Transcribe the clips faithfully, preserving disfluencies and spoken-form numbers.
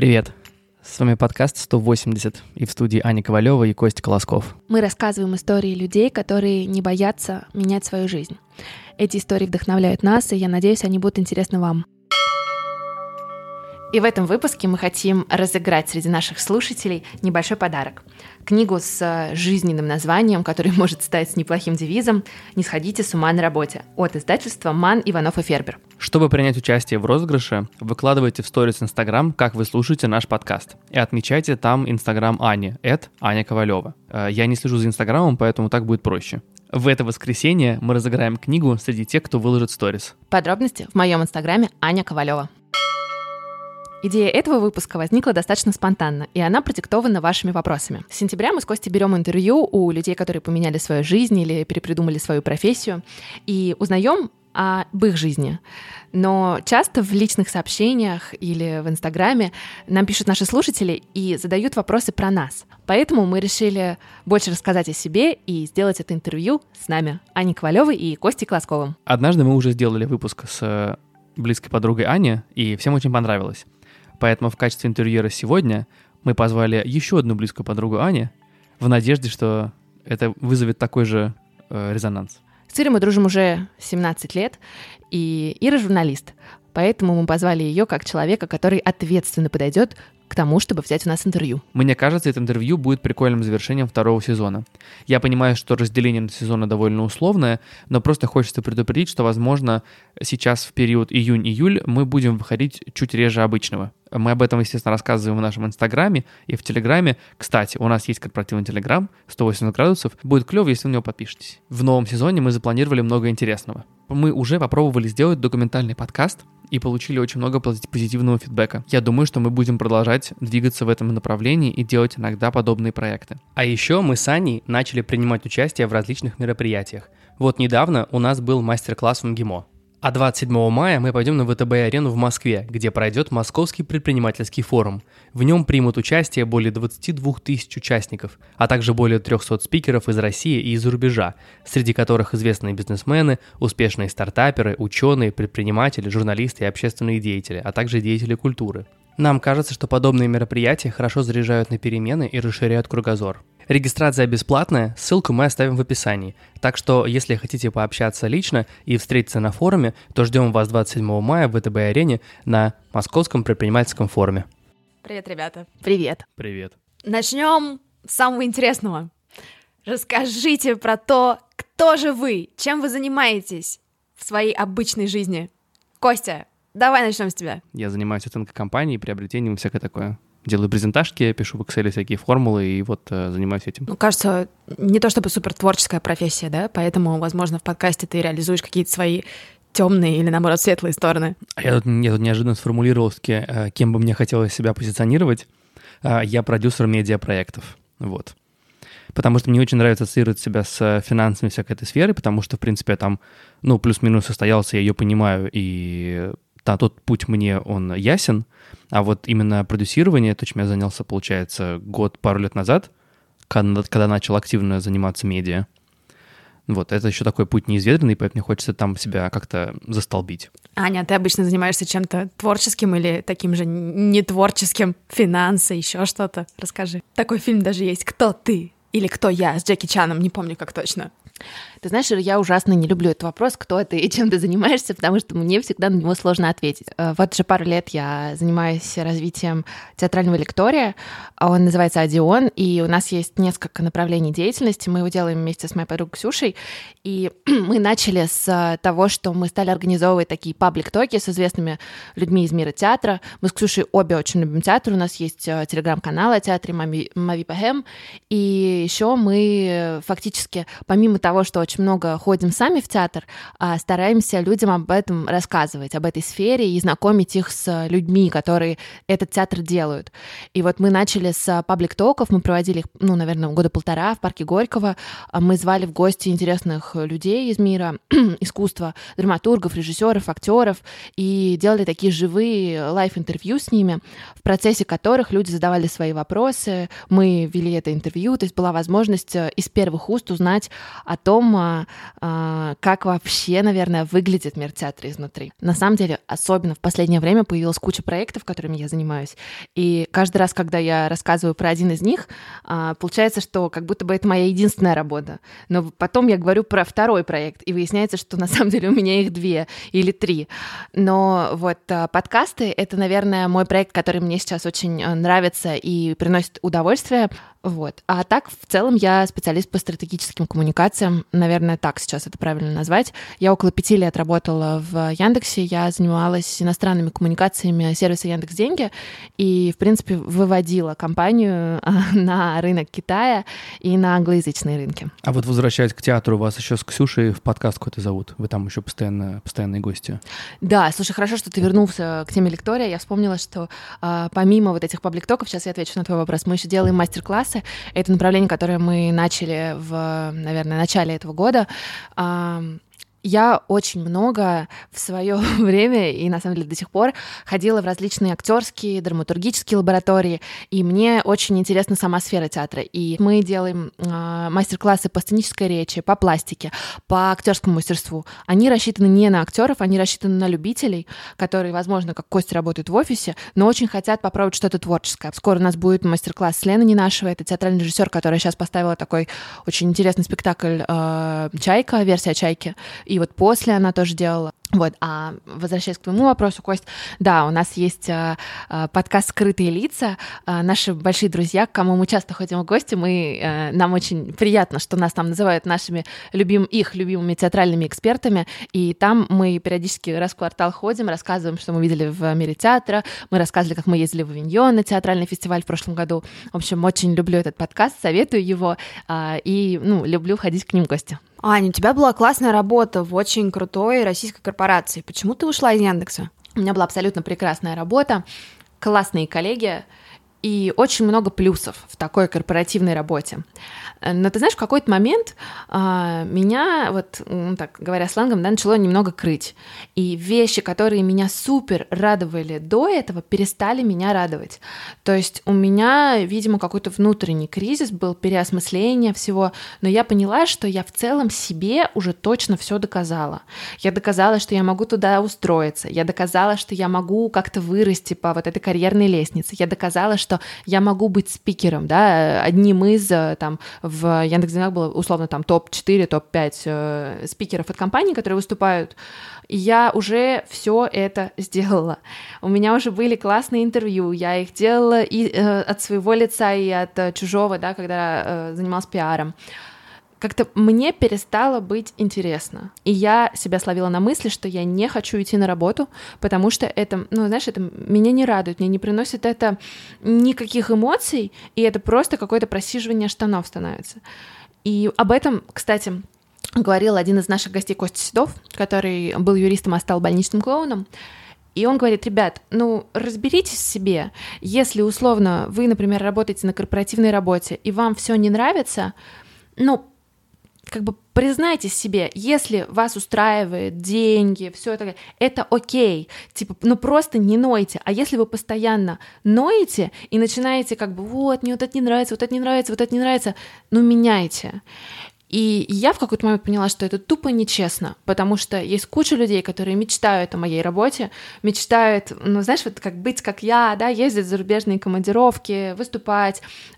Привет! С вами подкаст сто восемьдесят, и в студии Аня Ковалева и Костя Колосков. Мы рассказываем истории людей, которые не боятся менять свою жизнь. Эти истории вдохновляют нас, и я надеюсь, они будут интересны вам. И в этом выпуске мы хотим разыграть среди наших слушателей небольшой подарок. Книгу с жизненным названием, который может стать неплохим девизом «Не сходите с ума на работе» от издательства «Ман, Иванов и Фербер». Чтобы принять участие в розыгрыше, выкладывайте в сторис Инстаграм, как вы слушаете наш подкаст. И отмечайте там Инстаграм Ани, эт Аня Ковалева. Я не слежу за Инстаграмом, поэтому так будет проще. В это воскресенье мы разыграем книгу среди тех, кто выложит сторис. Подробности в моем Инстаграме Аня Ковалева. Идея этого выпуска возникла достаточно спонтанно, и она продиктована вашими вопросами. С сентября мы с Костей берем интервью у людей, которые поменяли свою жизнь или перепридумали свою профессию, и узнаем об их жизни. Но часто в личных сообщениях или в Инстаграме нам пишут наши слушатели и задают вопросы про нас. Поэтому мы решили больше рассказать о себе и сделать это интервью с нами, Аней Ковалевой и Костей Колосковым. Однажды мы уже сделали выпуск с близкой подругой Ани, и всем очень понравилось. Поэтому в качестве интервьюера сегодня мы позвали еще одну близкую подругу Ани в надежде, что это вызовет такой же э, резонанс. С Ирой мы дружим уже семнадцать лет, и Ира журналист, поэтому мы позвали ее как человека, который ответственно подойдет к тому, чтобы взять у нас интервью. Мне кажется, это интервью будет прикольным завершением второго сезона. Я понимаю, что разделение на сезоны довольно условное, но просто хочется предупредить, что, возможно, сейчас в период июнь-июль мы будем выходить чуть реже обычного. Мы об этом, естественно, рассказываем в нашем Инстаграме и в Телеграме. Кстати, у нас есть корпоративный Телеграм сто восемьдесят градусов. Будет клево, если вы на него подпишетесь. В новом сезоне мы запланировали много интересного. Мы уже попробовали сделать документальный подкаст и получили очень много позитивного фидбэка. Я думаю, что мы будем продолжать двигаться в этом направлении и делать иногда подобные проекты. А еще мы с Аней начали принимать участие в различных мероприятиях. Вот недавно у нас был мастер-класс в МГИМО. А двадцать седьмого мая мы пойдем на вэ тэ бэ-арену в Москве, где пройдет Московский предпринимательский форум. В нем примут участие более двадцать два тысяч участников, а также более триста спикеров из России и из-за рубежа, среди которых известные бизнесмены, успешные стартаперы, ученые, предприниматели, журналисты и общественные деятели, а также деятели культуры. Нам кажется, что подобные мероприятия хорошо заряжают на перемены и расширяют кругозор. Регистрация бесплатная, ссылку мы оставим в описании. Так что, если хотите пообщаться лично и встретиться на форуме, то ждем вас двадцать седьмого мая в вэ тэ бэ-арене на Московском предпринимательском форуме. Привет, ребята. Привет. Привет. Начнем с самого интересного. Расскажите про то, кто же вы, чем вы занимаетесь в своей обычной жизни. Костя, давай начнем с тебя. Я занимаюсь оценкой компаний, приобретением и всякое такое. Делаю презентажки, пишу в Excel всякие формулы и вот э, занимаюсь этим. Ну, кажется, не то чтобы супер творческая профессия, да? Поэтому, возможно, в подкасте ты реализуешь какие-то свои темные или, наоборот, светлые стороны. Я тут, я тут неожиданно сформулировал, э, кем бы мне хотелось себя позиционировать. Э, я продюсер медиапроектов. Вот. Потому что мне очень нравится ассоциировать себя с финансами всякой этой сферы, потому что, в принципе, там, ну, плюс-минус состоялся, я ее понимаю, и да, тот путь мне, он ясен. А вот именно продюсирование, то, чем я занялся, получается, год, пару лет назад, когда, когда начал активно заниматься медиа. Вот, это еще такой путь неизведанный, поэтому мне хочется там себя как-то застолбить. Аня, ты обычно занимаешься чем-то творческим или таким же нетворческим, финансы, еще что-то? Расскажи. Такой фильм даже есть «Кто ты?» или «Кто я?» с Джеки Чаном, не помню, как точно. Ты знаешь, Ира, я ужасно не люблю этот вопрос, кто ты и чем ты занимаешься, потому что мне всегда на него сложно ответить. Вот уже пару лет я занимаюсь развитием театрального лектория, он называется «Одеон», и у нас есть несколько направлений деятельности, мы его делаем вместе с моей подругой Ксюшей, и мы начали с того, что мы стали организовывать такие паблик-токи с известными людьми из мира театра. Мы с Ксюшей обе очень любим театр, у нас есть телеграм-канал о театре «Мави Пахем», и еще мы фактически, помимо того, что очень много ходим сами в театр, стараемся людям об этом рассказывать, об этой сфере и знакомить их с людьми, которые этот театр делают. И вот мы начали с паблик-токов, мы проводили их, ну, наверное, года полтора в парке Горького. Мы звали в гости интересных людей из мира искусства, драматургов, режиссеров, актеров, и делали такие живые лайв-интервью с ними, в процессе которых люди задавали свои вопросы, мы вели это интервью, то есть была возможность из первых уст узнать о том, том, как вообще, наверное, выглядит мир театра изнутри. На самом деле, особенно в последнее время появилась куча проектов, которыми я занимаюсь. И каждый раз, когда я рассказываю про один из них, получается, что как будто бы это моя единственная работа. Но потом я говорю про второй проект, и выясняется, что на самом деле у меня их две или три. Но вот подкасты — это, наверное, мой проект, который мне сейчас очень нравится и приносит удовольствие. Вот. А так, в целом, я специалист по стратегическим коммуникациям. Наверное, так сейчас это правильно назвать. Я около пяти лет работала в Яндексе. Я занималась иностранными коммуникациями сервиса Яндекс.Деньги и, в принципе, выводила компанию на рынок Китая и на англоязычные рынки. А вот возвращаясь к театру, вас еще с Ксюшей в подкаст какой-то зовут. Вы там еще постоянно, постоянные гости. Да, слушай, хорошо, что ты вернулся к теме лектория. Я вспомнила, что а, помимо вот этих паблик-токов, сейчас я отвечу на твой вопрос, мы еще делаем мастер-классы. Это направление, которое мы начали в, наверное, начале этого года. Я очень много в свое время и, на самом деле, до сих пор ходила в различные актерские, драматургические лаборатории, и мне очень интересна сама сфера театра. И мы делаем э, мастер-классы по сценической речи, по пластике, по актерскому мастерству. Они рассчитаны не на актеров, они рассчитаны на любителей, которые, возможно, как Костя, работают в офисе, но очень хотят попробовать что-то творческое. Скоро у нас будет мастер-класс с Леной Ненашевой, это театральный режиссер, которая сейчас поставила такой очень интересный спектакль э, «Чайка», версия «Чайки». И вот после она тоже делала. Вот, а возвращаясь к твоему вопросу, Кость, да, у нас есть а, а, подкаст «Скрытые лица», а, наши большие друзья, к кому мы часто ходим в гости, мы, а, нам очень приятно, что нас там называют нашими любим, их любимыми театральными экспертами, и там мы периодически раз в квартал ходим, рассказываем, что мы видели в мире театра, мы рассказывали, как мы ездили в Авиньон на театральный фестиваль в прошлом году. В общем, очень люблю этот подкаст, советую его, а, и, ну, люблю ходить к ним в гости. Аня, у тебя была классная работа в очень крутой российской корпорации. Почему ты ушла из Яндекса? У меня была абсолютно прекрасная работа, классные коллеги и очень много плюсов в такой корпоративной работе. Но ты знаешь, в какой-то момент а, меня, вот, ну, так говоря сленгом, да, начало немного крыть. И вещи, которые меня супер радовали до этого, перестали меня радовать. То есть у меня, видимо, какой-то внутренний кризис был, переосмысление всего, но я поняла, что я в целом себе уже точно все доказала. Я доказала, что я могу туда устроиться. Я доказала, что я могу как-то вырасти по вот этой карьерной лестнице. Я доказала, что я могу быть спикером, да, одним из, там, в Яндекс.Деньгах было условно там топ четыре, топ пять э, спикеров от компаний, которые выступают, и я уже все это сделала. У меня уже были классные интервью, я их делала и э, от своего лица, и от э, чужого, да, когда э, занималась пиаром. Как-то мне перестало быть интересно. И я себя словила на мысли, что я не хочу идти на работу, потому что это, ну, знаешь, это меня не радует, мне не приносит это никаких эмоций, и это просто какое-то просиживание штанов становится. И об этом, кстати, говорил один из наших гостей, Костя Седов, который был юристом, а стал больничным клоуном. И он говорит: ребят, ну, разберитесь в себе. Если, условно, вы, например, работаете на корпоративной работе, и вам все не нравится, ну, как бы признайтесь себе, если вас устраивает деньги, все это, это окей, типа, ну просто не нойте. А если вы постоянно ноете и начинаете как бы, вот, мне вот это не нравится, вот это не нравится, вот это не нравится, ну меняйте. И я в какой-то момент поняла, что это тупо нечестно, потому что есть куча людей, которые мечтают о моей работе, мечтают, ну, знаешь, вот как быть как я, да, ездить в зарубежные командировки, выступать,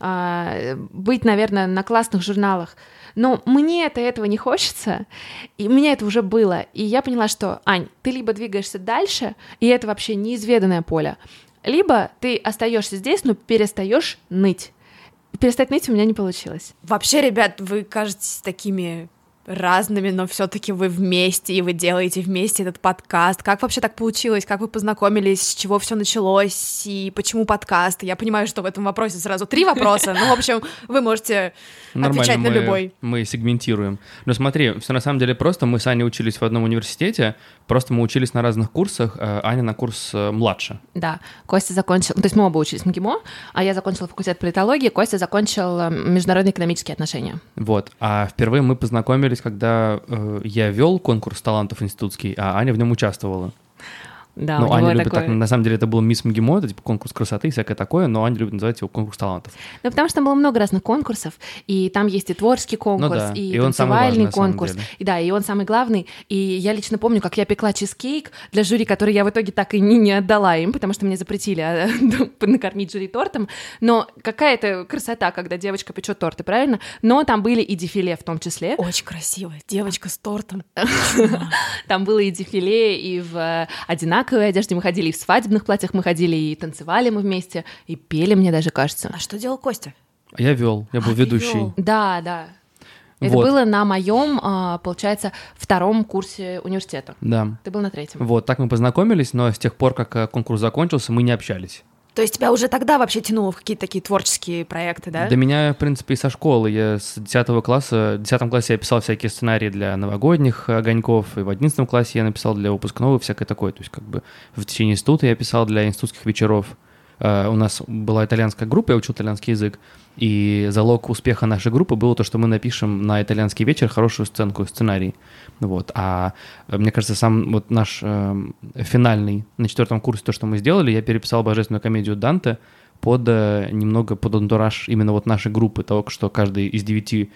быть, наверное, на классных журналах. Но мне-то этого не хочется, и у меня это уже было. И я поняла, что, Ань, ты либо двигаешься дальше, и это вообще неизведанное поле, либо ты остаешься здесь, но перестаешь ныть. Перестать ныть у меня не получилось. Вообще, ребят, вы кажетесь такими разными, но все-таки вы вместе, и вы делаете вместе этот подкаст. Как вообще так получилось? Как вы познакомились? С чего все началось? И почему подкаст? Я понимаю, что в этом вопросе сразу три вопроса. Ну, в общем, вы можете нормально, отвечать на мы, любой. Мы сегментируем. Но смотри, все на самом деле просто. Мы с Аней учились в одном университете, просто мы учились на разных курсах. Аня на курс младше. Да, Костя закончил... То есть мы оба учились в МГИМО, а я закончила факультет политологии, Костя закончил международные экономические отношения. Вот. А впервые мы познакомились, когда э, я вел конкурс талантов институтский, а Аня в нем участвовала. Да, ну, у Аня него любит такой... так, на самом деле это был мисс МГИМО, это типа конкурс красоты и всякое такое, но Аня любит называть его конкурс талантов. Ну, потому что там было много разных конкурсов, и там есть и творческий конкурс, ну, да. и, и танцевальный важный, конкурс. И да, и он самый главный. И я лично помню, как я пекла чизкейк для жюри, который я в итоге так и не, не отдала им, потому что мне запретили а, накормить жюри тортом. Но какая-то красота, когда девочка печет торты, правильно? Но там были и дефиле в том числе. Очень красивая девочка с тортом. Там было и дефиле, и в одинаковой одежде мы ходили, и в свадебных платьях мы ходили, и танцевали мы вместе, и пели, мне даже кажется. А что делал Костя? Я вел, я был А, ведущий. вел. Да, да. Это Вот. было на моем, получается, втором курсе университета. Да. Ты был на третьем. Вот, так мы познакомились, но с тех пор, как конкурс закончился, мы не общались. То есть тебя уже тогда вообще тянуло в какие-то такие творческие проекты, да? Да меня, в принципе, и со школы. Я с десятого класса, в десятом классе я писал всякие сценарии для новогодних огоньков, и в одиннадцатом классе я написал для выпускного и всякое такое. То есть как бы в течение института я писал для институтских вечеров. Uh, у нас была итальянская группа, я учил итальянский язык, и залог успеха нашей группы было то, что мы напишем на итальянский вечер хорошую сценку, сценарий. Вот. А мне кажется, сам вот наш э, финальный на четвертом курсе, то, что мы сделали, я переписал божественную комедию Данте под э, немного под антураж именно вот нашей группы, того, что каждый из девяти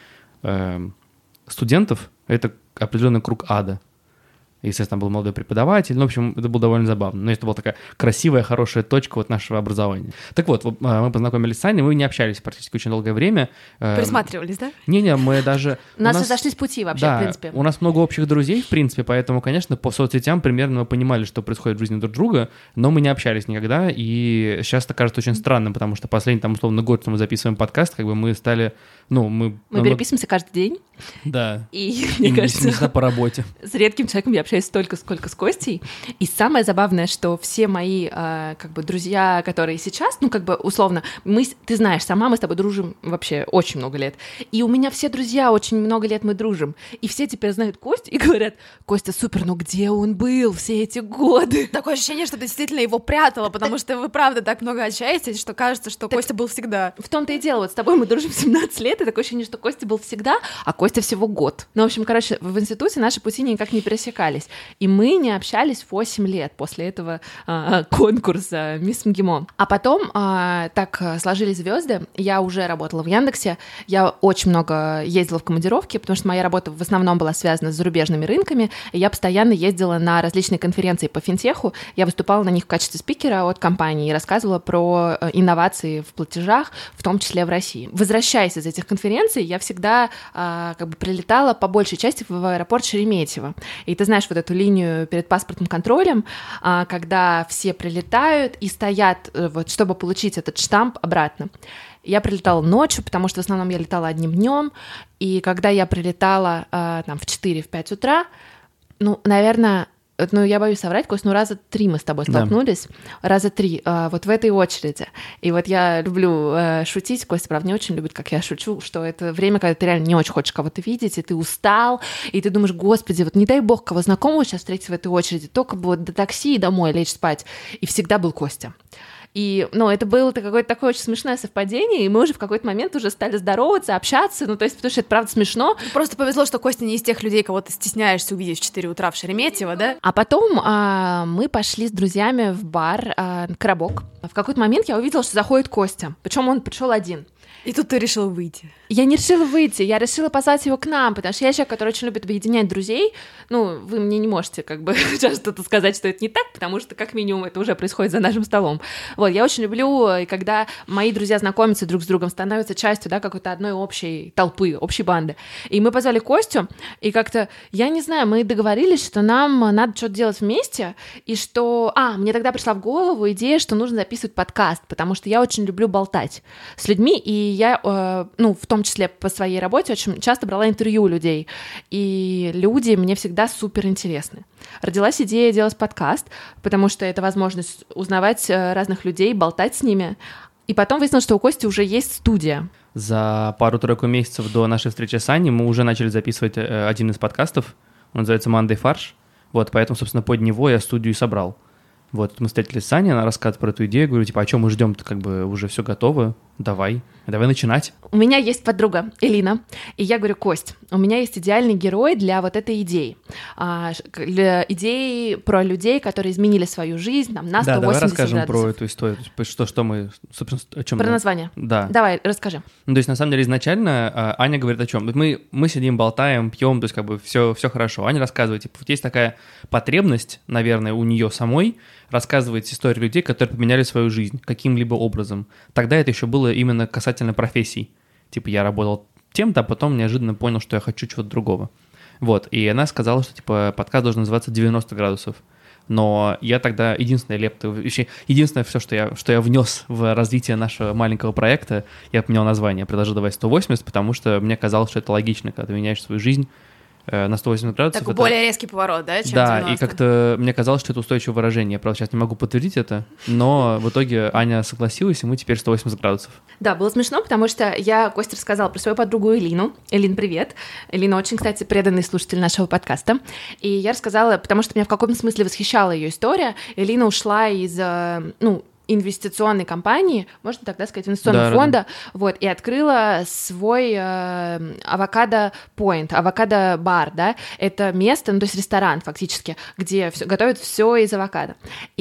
э, студентов — это определенный круг ада. Естественно, там был молодой преподаватель, ну, в общем, это было довольно забавно. Но это была такая красивая, хорошая точка вот нашего образования. Так вот, мы познакомились с Аней, мы не общались практически очень долгое время. Присматривались, да? Не-не, мы даже... У нас разошлись пути вообще, да, в принципе. У нас много общих друзей, в принципе, поэтому, конечно, по соцсетям примерно мы понимали, что происходит в жизни друг друга, но мы не общались никогда, и сейчас это кажется очень странным, потому что последний, там, условно, год, что мы записываем подкаст, как бы мы стали, ну, мы... Мы переписываемся каждый день. Да. И, мне и кажется, не всегда по работе. С редким человеком я общаюсь столько, сколько с Костей. И самое забавное, что все мои э, как бы друзья, которые сейчас, ну как бы условно, мы, ты знаешь, сама мы с тобой дружим вообще очень много лет. И у меня все друзья очень много лет мы дружим. И все теперь знают Костю и говорят: Костя, супер, ну где он был все эти годы? Такое ощущение, что ты действительно его прятала, потому что вы правда так много общаетесь, что кажется, что Костя был всегда. В том-то и дело, вот с тобой мы дружим семнадцать лет, и такое ощущение, что Костя был всегда, а Костя всего год. Ну, в общем, короче, в институте наши пути никак не пересекались. И мы не общались восемь лет после этого а, конкурса «Мисс МГИМО». А потом а, так сложились звезды. Я уже работала в Яндексе. Я очень много ездила в командировки, потому что моя работа в основном была связана с зарубежными рынками. И я постоянно ездила на различные конференции по финтеху. Я выступала на них в качестве спикера от компании и рассказывала про инновации в платежах, в том числе в России. Возвращаясь из этих конференций, я всегда а, как бы прилетала по большей части в аэропорт Шереметьево. И ты знаешь вот эту линию перед паспортным контролем, когда все прилетают и стоят, вот, чтобы получить этот штамп обратно. Я прилетала ночью, потому что в основном я летала одним днем, и когда я прилетала там, в четыре-пять утра, ну, наверное... Ну, я боюсь соврать, Кость, ну, раза три мы с тобой столкнулись, да. раза три, а, вот в этой очереди. И вот я люблю а, шутить, Костя, правда, не очень любит, как я шучу, что это время, когда ты реально не очень хочешь кого-то видеть, и ты устал, и ты думаешь: господи, вот не дай бог кого знакомого сейчас встретить в этой очереди, только бы вот до такси и домой лечь спать. И всегда был Костя. И, ну, это было какое-то такое очень смешное совпадение, и мы уже в какой-то момент уже стали здороваться, общаться, ну, то есть, потому что это правда смешно. Просто повезло, что Костя не из тех людей, кого ты стесняешься увидеть в четыре утра в Шереметьево, да? А потом а, мы пошли с друзьями в бар а, «Коробок». В какой-то момент я увидела, что заходит Костя, причем он пришел один. И тут ты решила выйти. Я не решила выйти, я решила позвать его к нам, потому что я человек, который очень любит объединять друзей. Ну, вы мне не можете как бы сейчас что-то сказать, что это не так, потому что как минимум это уже происходит за нашим столом. Вот, я очень люблю, когда мои друзья знакомятся друг с другом, становятся частью, да, какой-то одной общей толпы, общей банды. И мы позвали Костю, и как-то, я не знаю, мы договорились, что нам надо что-то делать вместе, и что... А, мне тогда пришла в голову идея, что нужно записывать подкаст, потому что я очень люблю болтать с людьми, и я, э, ну, в том числе по своей работе очень часто брала интервью у людей, и люди мне всегда супер интересны. Родилась идея делать подкаст, потому что это возможность узнавать разных людей, болтать с ними, и потом выяснилось, что у Кости уже есть студия. За пару-тройку месяцев до нашей встречи с Аней мы уже начали записывать один из подкастов, он называется «Мандай фарш», вот, поэтому, собственно, под него я студию и собрал. Вот, мы встретились с Аней, она рассказывает про эту идею, говорю, типа, а что мы ждем-то, как бы уже все готово, Давай, давай начинать. У меня есть подруга Элина, и я говорю: Кость, у меня есть идеальный герой для вот этой идеи. А, для идеи про людей, которые изменили свою жизнь там, на сто восемьдесят градусов. Да, давай расскажем градусов. про эту историю, что, что мы, собственно, о чем Про мы... название? Да. Давай, расскажи. Ну, то есть, на самом деле, изначально Аня говорит о чем? Мы, мы сидим, болтаем, пьем, то есть, как бы, все, все хорошо. Аня рассказывает, типа, вот есть такая потребность, наверное, у нее самой, рассказывать историю людей, которые поменяли свою жизнь каким-либо образом. Тогда это еще было именно касательно профессий. Типа, я работал тем-то, а потом неожиданно понял, что я хочу чего-то другого. Вот, и она сказала, что, типа, подкаст должен называться девяносто градусов. Но я тогда единственное лепта, единственное все, что я, что я внес в развитие нашего маленького проекта, я поменял название, предложил давай сто восемьдесят, потому что мне казалось, что это логично, когда ты меняешь свою жизнь на сто восемьдесят градусов. Такой это... более резкий поворот, да, чем Да, девяносто? и как-то мне казалось, что это устойчивое выражение. Я, правда, сейчас не могу подтвердить это, но в итоге Аня согласилась, и мы теперь сто восемьдесят градусов. Да, было смешно, потому что я Косте рассказала про свою подругу Элину. Элин, привет. Элина очень, кстати, преданный слушатель нашего подкаста. И я рассказала, потому что меня в каком-то смысле восхищала ее история. Элина ушла из, ну, инвестиционной компании, можно тогда сказать, инвестиционного да, фонда, да. Вот, и открыла свой э, авокадо-поинт, авокадо-бар, да, это место, ну, то есть ресторан фактически, где всё, готовят все из авокадо.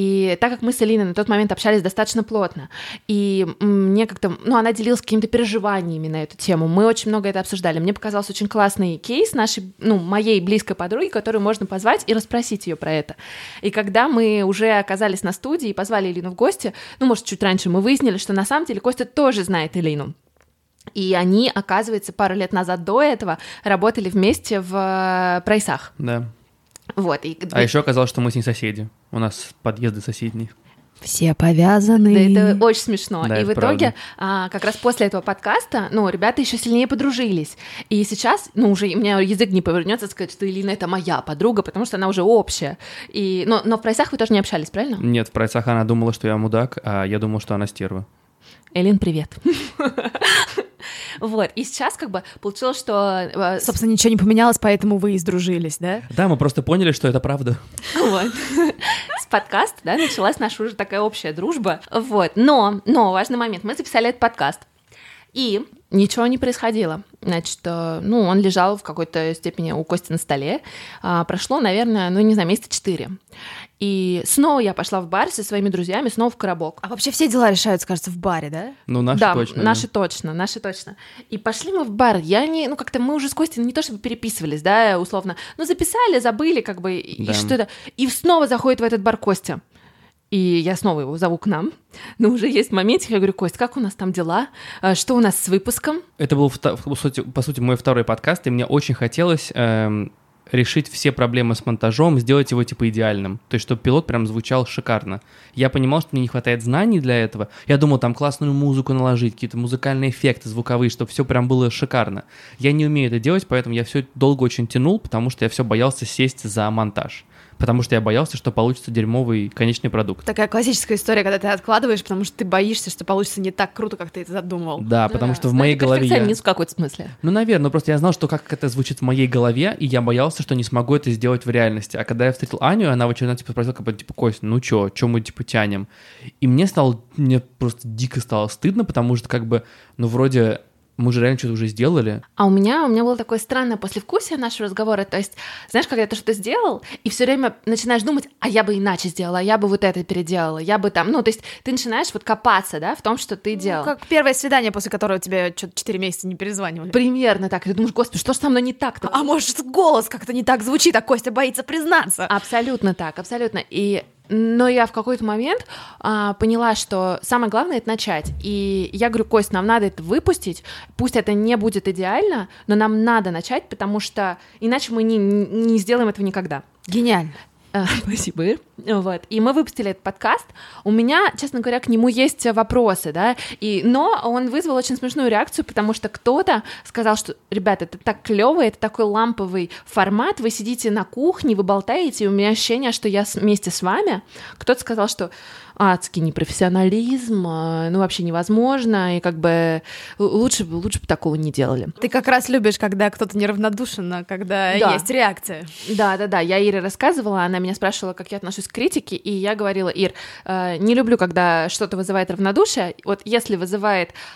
И так как мы с Элиной на тот момент общались достаточно плотно, и мне как-то, ну, она делилась какими-то переживаниями на эту тему, мы очень много это обсуждали, мне показался очень классный кейс нашей, ну, моей близкой подруги, которую можно позвать и расспросить ее про это. И когда мы уже оказались на студии и позвали Элину в гости, ну, может, чуть раньше мы выяснили, что на самом деле Костя тоже знает Элину. И они, оказывается, пару лет назад до этого работали вместе в Прайсах. Да. Вот. И... А еще оказалось, что мы с ней соседи. У нас подъезды соседние. Все повязаны. Да, это очень смешно. Да, и в итоге, а, как раз после этого подкаста, ну, ребята еще сильнее подружились. И сейчас, ну, уже у меня язык не повернется сказать, что Элина — это моя подруга, потому что она уже общая. И... Но, но в Прайсах вы тоже не общались, правильно? Нет, в Прайсах она думала, что я мудак, а я думал, что она стерва. Элин, привет. Вот, и сейчас как бы получилось, что... Собственно, ничего не поменялось, поэтому вы и сдружились, да? Да, мы просто поняли, что это правда. Вот. С подкаста, да, началась наша уже такая общая дружба. Вот, но, но важный момент. Мы записали этот подкаст, и ничего не происходило. Значит, ну, он лежал в какой-то степени у Кости на столе. А, прошло, наверное, ну, не знаю, месяца четыре. И снова я пошла в бар со своими друзьями, снова в коробок. А вообще все дела решаются, кажется, в баре, да? Ну, наши да, точно. наши да. точно, наши точно. И пошли мы в бар. Я не, ну, как-то мы уже с Костей не то чтобы переписывались, да, условно. Ну, записали, забыли, как бы, и, да. и что-то. И снова заходит в этот бар Костя. И я снова его зову к нам. Но уже есть моментик, я говорю: Кость, как у нас там дела? Что у нас с выпуском? Это был, по сути, по сути мой второй подкаст, и мне очень хотелось эм, решить все проблемы с монтажом, сделать его типа идеальным. То есть, чтобы пилот прям звучал шикарно. Я понимал, что мне не хватает знаний для этого. Я думал, там классную музыку наложить, какие-то музыкальные эффекты звуковые, чтобы все прям было шикарно. Я не умею это делать, поэтому я все долго очень тянул, потому что я все боялся сесть за монтаж. Потому что я боялся, что получится дерьмовый конечный продукт. Такая классическая история, когда ты откладываешь, потому что ты боишься, что получится не так круто, как ты это задумал. Да, ну, потому да. что в Но моей это голове... перфекционизм в какой-то смысле. Ну, наверное, просто я знал, что как это звучит в моей голове, и я боялся, что не смогу это сделать в реальности. А когда я встретил Аню, она в очередной раз типа, спросила, как бы, типа, Кость, ну чё, чё мы, типа, тянем? И мне стало, мне просто дико стало стыдно, потому что, как бы, ну, вроде... Мы же реально что-то уже сделали. А у меня, у меня было такое странное послевкусие нашего разговора. То есть, знаешь, когда ты что-то сделал, и все время начинаешь думать, а я бы иначе сделала, а я бы вот это переделала, я бы там... Ну, то есть ты начинаешь вот копаться, да, в том, что ты делал. Ну, как первое свидание, после которого тебе что-то четыре месяца не перезванивали. Примерно так. И ты думаешь: Господи, что ж со мной не так-то? А может, голос как-то не так звучит, а Костя боится признаться. Абсолютно так, абсолютно. И... Но я в какой-то момент а, поняла, что самое главное — это начать. И я говорю: Кость, нам надо это выпустить, пусть это не будет идеально, но нам надо начать, потому что иначе мы не, не сделаем этого никогда. Гениально. Спасибо, Ир. Вот. И мы выпустили этот подкаст. У меня, честно говоря, к нему есть вопросы, да, и... но он вызвал очень смешную реакцию, потому что кто-то сказал, что, ребята, это так клево, это такой ламповый формат, вы сидите на кухне, вы болтаете, и у меня ощущение, что я вместе с вами. Кто-то сказал, что адский непрофессионализм, ну, вообще невозможно, и как бы лучше бы, лучше бы такого не делали. Ты как раз любишь, когда кто-то неравнодушен, а когда да. есть реакция. Да-да-да, я Ире рассказывала, она меня спрашивала, как я отношусь к критике, и я говорила: Ир, э, не люблю, когда что-то вызывает равнодушие, вот если вызывает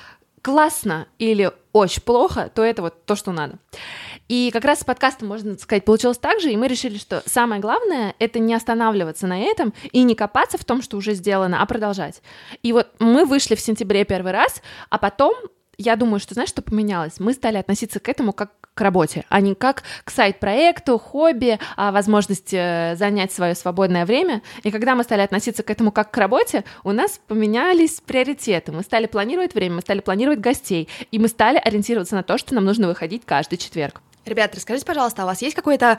классно или очень плохо, то это вот то, что надо. И как раз с подкастом, можно сказать, получилось так же, и мы решили, что самое главное — это не останавливаться на этом и не копаться в том, что уже сделано, а продолжать. И вот мы вышли в сентябре первый раз, а потом, я думаю, что, знаешь, что поменялось? Мы стали относиться к этому как к работе, а не как к сайт-проекту, хобби, а возможности занять свое свободное время. И когда мы стали относиться к этому как к работе, у нас поменялись приоритеты. Мы стали планировать время, мы стали планировать гостей, и мы стали ориентироваться на то, что нам нужно выходить каждый четверг. Ребята, расскажите, пожалуйста, а у вас есть какое-то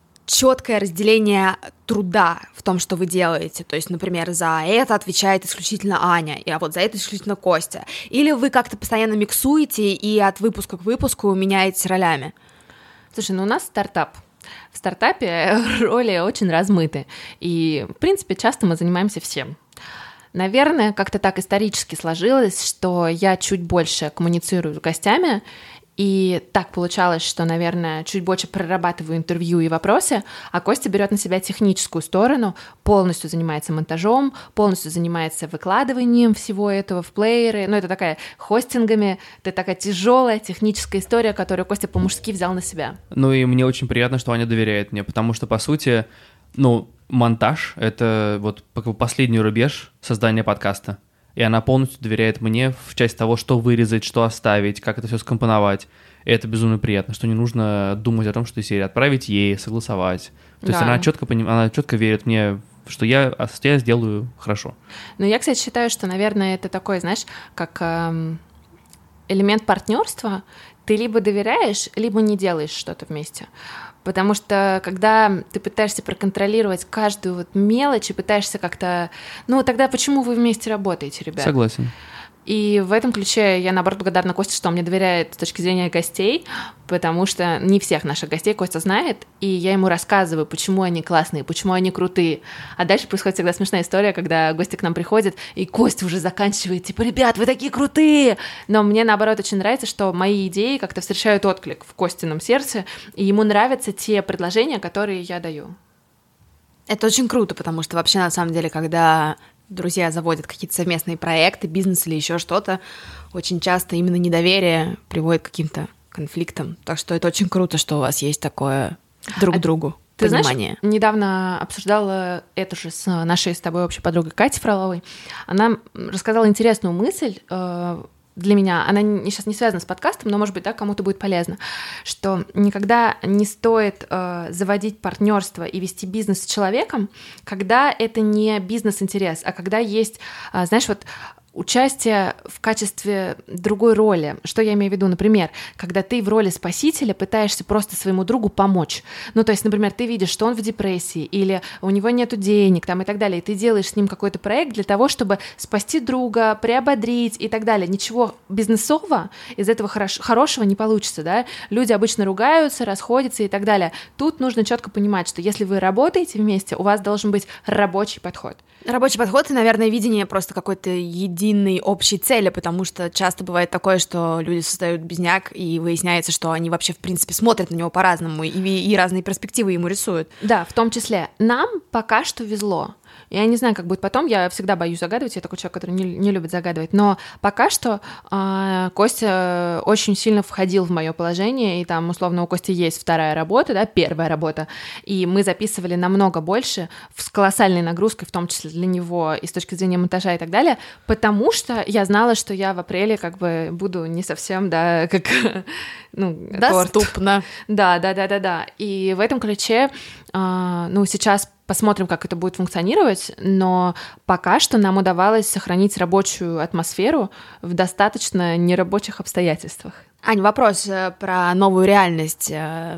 четкое разделение труда в том, что вы делаете? То есть, например, за это отвечает исключительно Аня, а вот за это исключительно Костя. Или вы как-то постоянно миксуете и от выпуска к выпуску меняетесь ролями? Слушай, ну у нас стартап. В стартапе роли очень размыты. И, в принципе, часто мы занимаемся всем. Наверное, как-то так исторически сложилось, что я чуть больше коммуницирую с гостями, и так получалось, что, наверное, чуть больше прорабатываю интервью и вопросы, а Костя берет на себя техническую сторону, полностью занимается монтажом, полностью занимается выкладыванием всего этого в плееры. Ну, это такая хостингами, это такая тяжелая техническая история, которую Костя по-мужски взял на себя. Ну и мне очень приятно, что Аня доверяет мне, потому что, по сути, ну, монтаж — это вот последний рубеж создания подкаста. И она полностью доверяет мне в части того, что вырезать, что оставить, как это все скомпоновать. И это безумно приятно, что не нужно думать о том, что из серии отправить ей, согласовать. То да. есть она четко, поним... она четко верит мне, что я, я сделаю хорошо. Ну, я, кстати, считаю, что, наверное, это такой, знаешь, как эм, элемент партнерства. Ты либо доверяешь, либо не делаешь что-то вместе. Потому что когда ты пытаешься проконтролировать каждую вот мелочь и пытаешься как-то... Ну, тогда почему вы вместе работаете, ребят? Согласен. И в этом ключе я, наоборот, благодарна Косте, что он мне доверяет с точки зрения гостей, потому что не всех наших гостей Костя знает, и я ему рассказываю, почему они классные, почему они крутые. А дальше происходит всегда смешная история, когда гости к нам приходят, и Костя уже заканчивает, типа, ребят, вы такие крутые! Но мне, наоборот, очень нравится, что мои идеи как-то встречают отклик в Костином сердце, и ему нравятся те предложения, которые я даю. Это очень круто, потому что вообще, на самом деле, когда друзья заводят какие-то совместные проекты, бизнес или еще что-то, очень часто именно недоверие приводит к каким-то конфликтам. Так что это очень круто, что у вас есть такое друг к другу Ты понимание. Знаешь, недавно обсуждала это же с нашей с тобой общей подругой Катей Фроловой. Она рассказала интересную мысль для меня, она сейчас не связана с подкастом, но, может быть, да, кому-то будет полезно, что никогда не стоит э, заводить партнерство и вести бизнес с человеком, когда это не бизнес-интерес, а когда есть, э, знаешь, вот участие в качестве другой роли. Что я имею в виду? Например, когда ты в роли спасителя пытаешься просто своему другу помочь. Ну, то есть, например, ты видишь, что он в депрессии, или у него нету денег, там, и так далее, и ты делаешь с ним какой-то проект для того, чтобы спасти друга, приободрить и так далее. Ничего бизнесового из этого хорош- хорошего не получится, да? Люди обычно ругаются, расходятся и так далее. Тут нужно четко понимать, что если вы работаете вместе, у вас должен быть рабочий подход. Рабочий подход и, наверное, видение просто какой-то единой общей цели, потому что часто бывает такое, что люди создают bizняк, и выясняется, что они вообще, в принципе, смотрят на него по-разному, и, и разные перспективы ему рисуют. Да, в том числе. Нам пока что везло. Я не знаю, как будет потом, я всегда боюсь загадывать, я такой человек, который не, не любит загадывать, но пока что э, Костя очень сильно входил в мое положение, и там, условно, у Кости есть вторая работа, да, первая работа, и мы записывали намного больше, с колоссальной нагрузкой, в том числе для него, и с точки зрения монтажа и так далее, потому что я знала, что я в апреле как бы буду не совсем, да, как, ну, доступно. Да, да, да, да, да, и в этом ключе, э, ну, сейчас посмотрим, как это будет функционировать, но пока что нам удавалось сохранить рабочую атмосферу в достаточно нерабочих обстоятельствах. Ань, вопрос про новую реальность.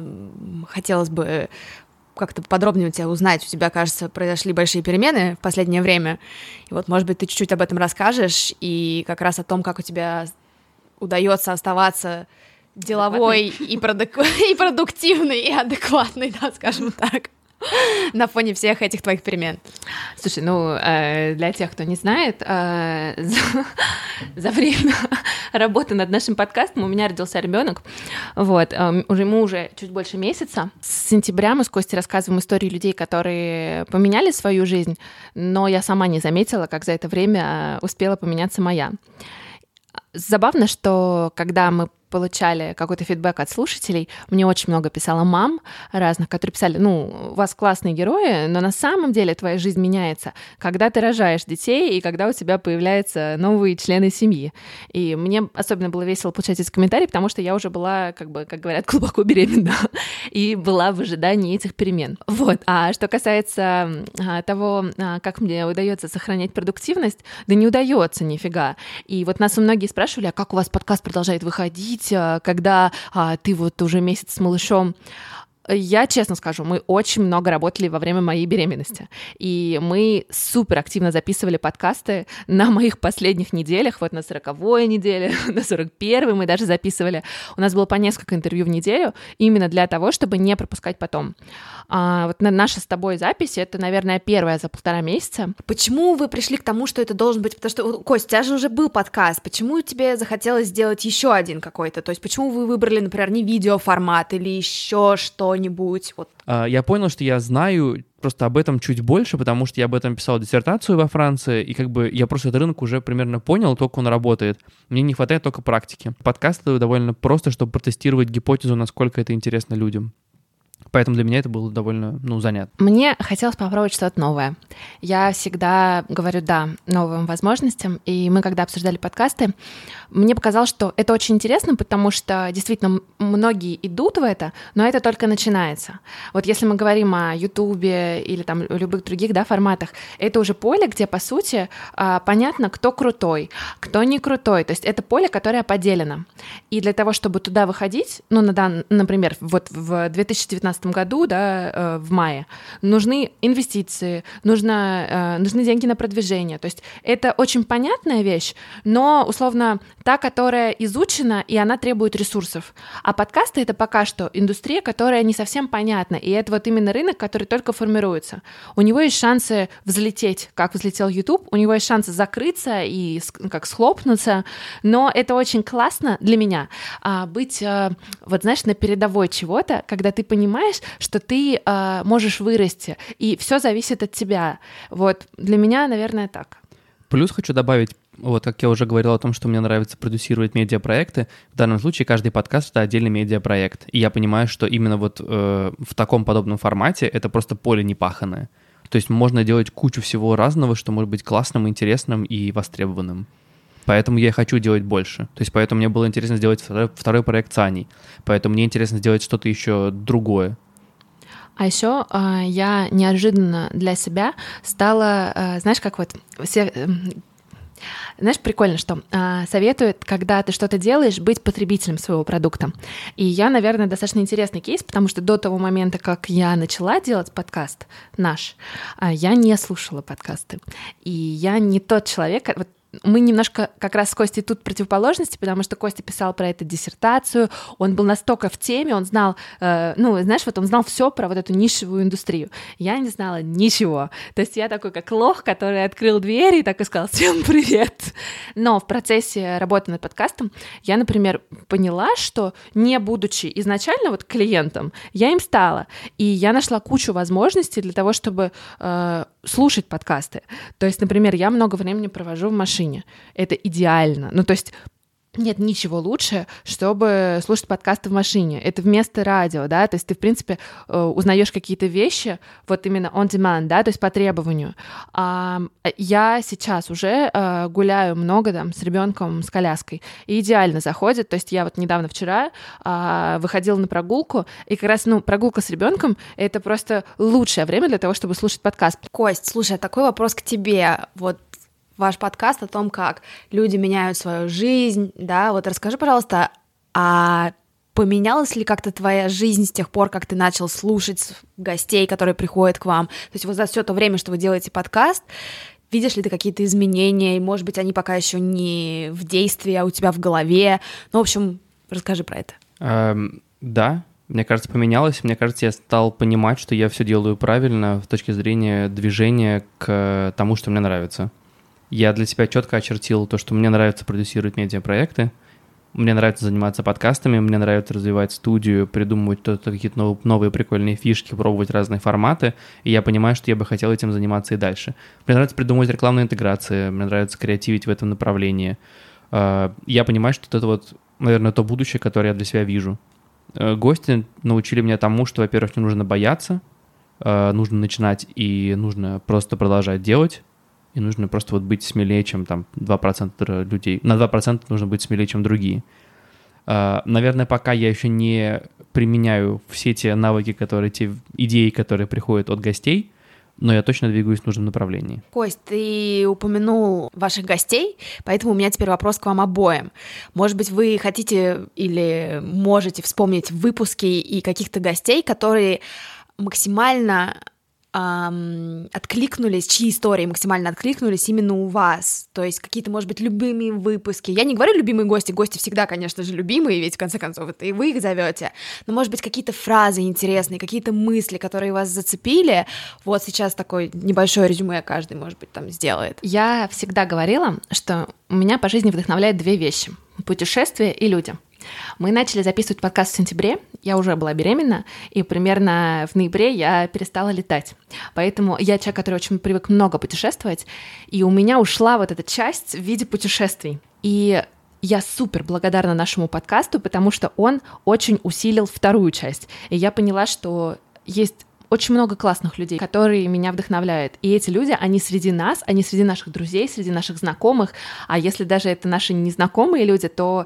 Хотелось бы как-то подробнее у тебя узнать. У тебя, кажется, произошли большие перемены в последнее время. И вот, может быть, ты чуть-чуть об этом расскажешь и как раз о том, как у тебя удается оставаться деловой и, продук... и продуктивной, и адекватной, да, скажем так, на фоне всех этих твоих перемен. Слушай, ну, э, для тех, кто не знает, э, за, за время работы над нашим подкастом у меня родился ребенок. Вот, э, уже ему уже чуть больше месяца. С сентября мы с Костей рассказываем истории людей, которые поменяли свою жизнь, но я сама не заметила, как за это время успела поменяться моя. Забавно, что когда мы получали какой-то фидбэк от слушателей, мне очень много писало мам разных, которые писали, ну, у вас классные герои, но на самом деле твоя жизнь меняется, когда ты рожаешь детей и когда у тебя появляются новые члены семьи. И мне особенно было весело получать эти комментарии, потому что я уже была, как бы, как говорят, глубоко беременна и была в ожидании этих перемен. Вот. А что касается того, как мне удается сохранять продуктивность, да не удается нифига. И вот нас многие спрашивали, а как у вас подкаст продолжает выходить, когда а, ты вот уже месяц с малышом. Я честно скажу, мы очень много работали во время моей беременности, и мы супер активно записывали подкасты на моих последних неделях, вот на сороковой неделе, на сорок первой мы даже записывали. У нас было по несколько интервью в неделю именно для того, чтобы не пропускать потом. А вот наша с тобой запись — это, наверное, первая за полтора месяца. Почему вы пришли к тому, что это должен быть? Потому что, Кость, у тебя же уже был подкаст. Почему тебе захотелось сделать еще один какой-то? То есть почему вы выбрали, например, не видеоформат или еще что-нибудь? Вот. Я понял, что я знаю просто об этом чуть больше, потому что я об этом писал диссертацию во Франции, и как бы я просто этот рынок уже примерно понял, только он работает. Мне не хватает только практики. Подкаст — это довольно просто, чтобы протестировать гипотезу, насколько это интересно людям. Поэтому для меня это было довольно, ну, занятно. Мне хотелось попробовать что-то новое. Я всегда говорю «да» новым возможностям, и мы, когда обсуждали подкасты, мне показалось, что это очень интересно, потому что действительно многие идут в это, но это только начинается. Вот если мы говорим о Ютубе или там любых других, да, форматах, это уже поле, где, по сути, понятно, кто крутой, кто не крутой. То есть это поле, которое поделено. И для того, чтобы туда выходить, ну, например, вот в две тысячи девятнадцатом году, да, в мае, нужны инвестиции, нужно, нужны деньги на продвижение. То есть это очень понятная вещь, но, условно, та, которая изучена, и она требует ресурсов. А подкасты — это пока что индустрия, которая не совсем понятна, и это вот именно рынок, который только формируется. У него есть шансы взлететь, как взлетел YouTube, у него есть шансы закрыться и как схлопнуться, но это очень классно для меня, быть, вот знаешь, на передовой чего-то, когда ты понимаешь, что ты э, можешь вырасти, и все зависит от тебя. Вот для меня, наверное, так. Плюс хочу добавить, вот как я уже говорил о том, что мне нравится продюсировать медиапроекты, в данном случае каждый подкаст — это отдельный медиапроект, и я понимаю, что именно вот э, в таком подобном формате это просто поле непаханное. То есть можно делать кучу всего разного, что может быть классным, интересным и востребованным. Поэтому я хочу делать больше. То есть поэтому мне было интересно сделать второй, второй проект с Аней. Поэтому мне интересно сделать что-то еще другое. А еще э, я неожиданно для себя стала, э, знаешь, как вот все... Э, Знаешь, прикольно, что э, советуют, когда ты что-то делаешь, быть потребителем своего продукта. И я, наверное, достаточно интересный кейс, потому что до того момента, как я начала делать подкаст наш, э, я не слушала подкасты. И я не тот человек... Вот, мы немножко как раз с Костей тут противоположности, потому что Костя писал про это диссертацию, он был настолько в теме, он знал, э, ну, знаешь, вот он знал все про вот эту нишевую индустрию. Я не знала ничего. То есть я такой, как лох, который открыл дверь и так и сказал «Всем привет!». Но в процессе работы над подкастом я, например, поняла, что не будучи изначально вот клиентом, я им стала. И я нашла кучу возможностей для того, чтобы э, слушать подкасты. То есть, например, я много времени провожу в машине. Это идеально. Ну, то есть нет ничего лучше, чтобы слушать подкасты в машине. Это вместо радио, да, то есть ты, в принципе, узнаешь какие-то вещи, вот именно on demand, да, то есть по требованию. Я сейчас уже гуляю много там с ребенком, с коляской, и идеально заходит, то есть я вот недавно вчера выходила на прогулку, и как раз, ну, прогулка с ребенком — это просто лучшее время для того, чтобы слушать подкаст. Кость, слушай, такой вопрос к тебе, вот ваш подкаст о том, как люди меняют свою жизнь, да, вот расскажи, пожалуйста, а поменялась ли как-то твоя жизнь с тех пор, как ты начал слушать гостей, которые приходят к вам? То есть вот за все то время, что вы делаете подкаст, видишь ли ты какие-то изменения, и, может быть, они пока еще не в действии, а у тебя в голове? Ну, в общем, расскажи про это. Эм, да, мне кажется, поменялось. Мне кажется, я стал понимать, что я все делаю правильно с точки зрения движения к тому, что мне нравится. Я для себя четко очертил то, что мне нравится продюсировать медиапроекты, мне нравится заниматься подкастами, мне нравится развивать студию, придумывать какие-то новые прикольные фишки, пробовать разные форматы, и я понимаю, что я бы хотел этим заниматься и дальше. Мне нравится придумывать рекламные интеграции, мне нравится креативить в этом направлении. я понимаю, что это вот, наверное, то будущее, которое я для себя вижу. Гости научили меня тому, что, во-первых, не нужно бояться, нужно начинать и нужно просто продолжать делать, и нужно просто вот быть смелее, чем там два процента людей. На два процента нужно быть смелее, чем другие. Наверное, пока я еще не применяю все те навыки, которые, те идеи, которые приходят от гостей, но я точно двигаюсь в нужном направлении. Кость, ты упомянул ваших гостей, поэтому у меня теперь вопрос к вам обоим. Может быть, вы хотите или можете вспомнить выпуски и каких-то гостей, которые максимально эм, откликнулись, чьи истории максимально откликнулись именно у вас? То есть какие-то, может быть, любимые выпуски. Я не говорю любимые гости, гости всегда, конечно же, любимые, ведь в конце концов это и вы их зовете. Но, может быть, какие-то фразы интересные, какие-то мысли, которые вас зацепили. Вот сейчас такое небольшое резюме каждый, может быть, там сделает. Я всегда говорила, что меня по жизни вдохновляют две вещи: путешествия и люди. Мы начали записывать подкаст в сентябре, я уже была беременна, и примерно в ноябре я перестала летать. Поэтому я человек, который очень привык много путешествовать, и у меня ушла вот эта часть в виде путешествий. И я супер благодарна нашему подкасту, потому что он очень усилил вторую часть. И я поняла, что есть очень много классных людей, которые меня вдохновляют. И эти люди, они среди нас, они среди наших друзей, среди наших знакомых. А если даже это наши незнакомые люди, то,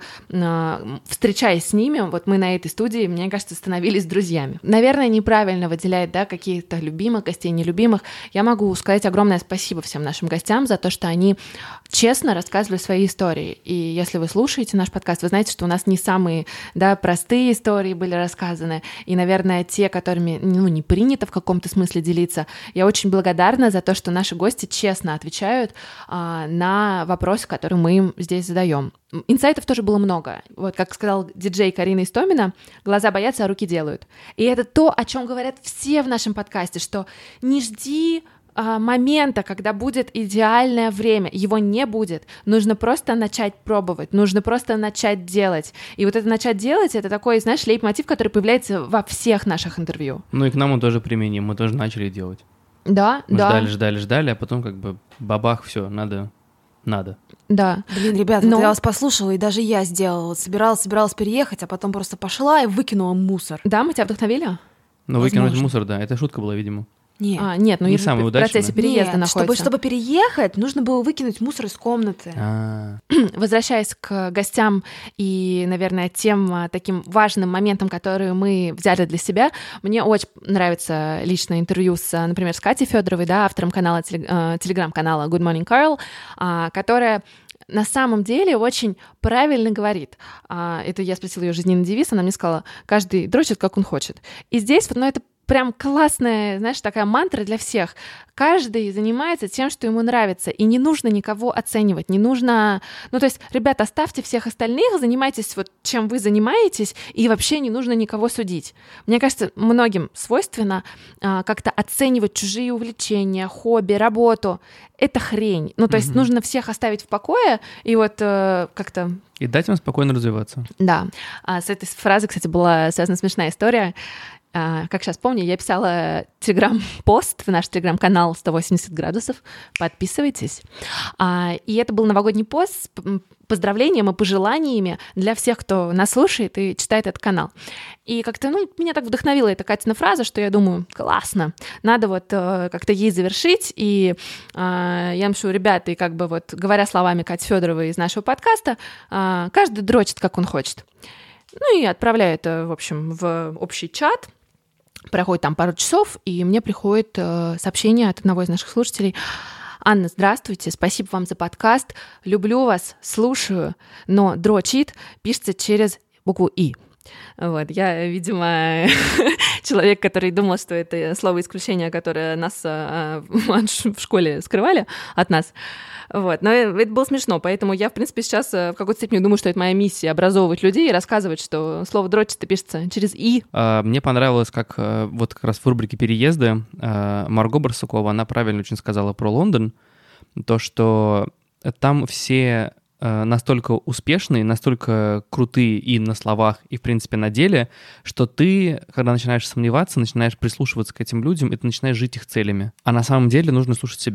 э, встречаясь с ними, вот мы на этой студии, мне кажется, становились друзьями. Наверное, неправильно выделять, да, каких-то любимых гостей, нелюбимых. Я могу сказать огромное спасибо всем нашим гостям за то, что они честно рассказывали свои истории. И если вы слушаете наш подкаст, вы знаете, что у нас не самые, да, простые истории были рассказаны. И, наверное, те, которыми, ну, не принято в каком-то смысле делиться. Я очень благодарна за то, что наши гости честно отвечают а, на вопросы, которые мы им здесь задаем. Инсайтов тоже было много. Вот как сказал диджей Карина Истомина, глаза боятся, а руки делают. И это то, о чем говорят все в нашем подкасте, что не жди момента, когда будет идеальное время. Его не будет. Нужно просто начать пробовать, нужно просто начать делать. И вот это начать делать, это такой, знаешь, лейтмотив, который появляется во всех наших интервью. Ну и к нам он тоже применим, мы тоже начали делать. Да, мы да. ждали, ждали, ждали, а потом как бы бабах, все, надо, надо. Да. Блин, ребята, Но... вот я вас послушала, и даже я сделала. Собиралась, собиралась переехать, а потом просто пошла и выкинула мусор. Да, мы тебя вдохновили? Ну, выкинуть мусор, да, это шутка была, видимо. Нет, а, нет, ну не если в процессе переезда нет, находится. Чтобы, чтобы переехать, нужно было выкинуть мусор из комнаты. А-а-а. Возвращаясь к гостям и, наверное, тем таким важным моментам, которые мы взяли для себя, мне очень нравится лично интервью с, например, с Катей Федоровой, да, автором канала, телеграм-канала Good Morning Carl, которая на самом деле очень правильно говорит. Это я спросила ее жизненный девиз, она мне сказала: каждый дрочит, как он хочет. И здесь вот, ну, это прям классная, знаешь, такая мантра для всех. Каждый занимается тем, что ему нравится, и не нужно никого оценивать, не нужно... Ну, то есть, ребята, оставьте всех остальных, занимайтесь вот чем вы занимаетесь, и вообще не нужно никого судить. Мне кажется, многим свойственно а, как-то оценивать чужие увлечения, хобби, работу. Это хрень. Ну, то есть, mm-hmm. нужно всех оставить в покое, и вот э, как-то... И дать им спокойно развиваться. Да. А с этой фразой, кстати, была связана смешная история. Uh, как сейчас помню, я писала телеграм-пост в наш телеграм-канал сто восемьдесят градусов. Подписывайтесь. Uh, и это был новогодний пост с поздравлениями и пожеланиями для всех, кто нас слушает и читает этот канал. И как-то, ну, меня так вдохновила эта Катина фраза, что я думаю, классно, надо вот uh, как-то ей завершить. И uh, я напишу: ребята, и как бы вот, говоря словами Кати Федоровой из нашего подкаста, uh, каждый дрочит, как он хочет. Ну и отправляю это, в общем, в общий чат. Проходит там пару часов, и мне приходит э, сообщение от одного из наших слушателей: Анна, здравствуйте, спасибо вам за подкаст, люблю вас, слушаю, но дрочит пишется через букву «и». Вот, я, видимо, человек, который думал, что это слово исключения, которое нас э, в школе скрывали от нас. Вот. Но это было смешно, поэтому я, в принципе, сейчас в какой-то степени думаю, что это моя миссия — образовывать людей и рассказывать, что слово «дрочит» пишется через «и». Мне понравилось, как вот как раз в рубрике «Переезды» Марго Барсукова, она правильно очень сказала про Лондон, то, что там все настолько успешные, настолько крутые и на словах, и, в принципе, на деле, что ты, когда начинаешь сомневаться, начинаешь прислушиваться к этим людям, и ты начинаешь жить их целями. А на самом деле нужно слушать себя.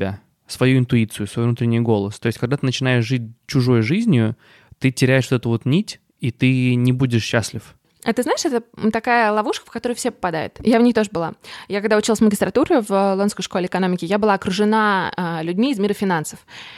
свою интуицию, свой внутренний голос. То есть, когда ты начинаешь жить чужой жизнью, ты теряешь вот эту вот нить, и ты не будешь счастлив. А ты знаешь, это такая ловушка, в которую все попадают. Я в ней тоже была. Я когда училась в магистратуре в Лондонской школе экономики, я была окружена э, людьми из мира финансов.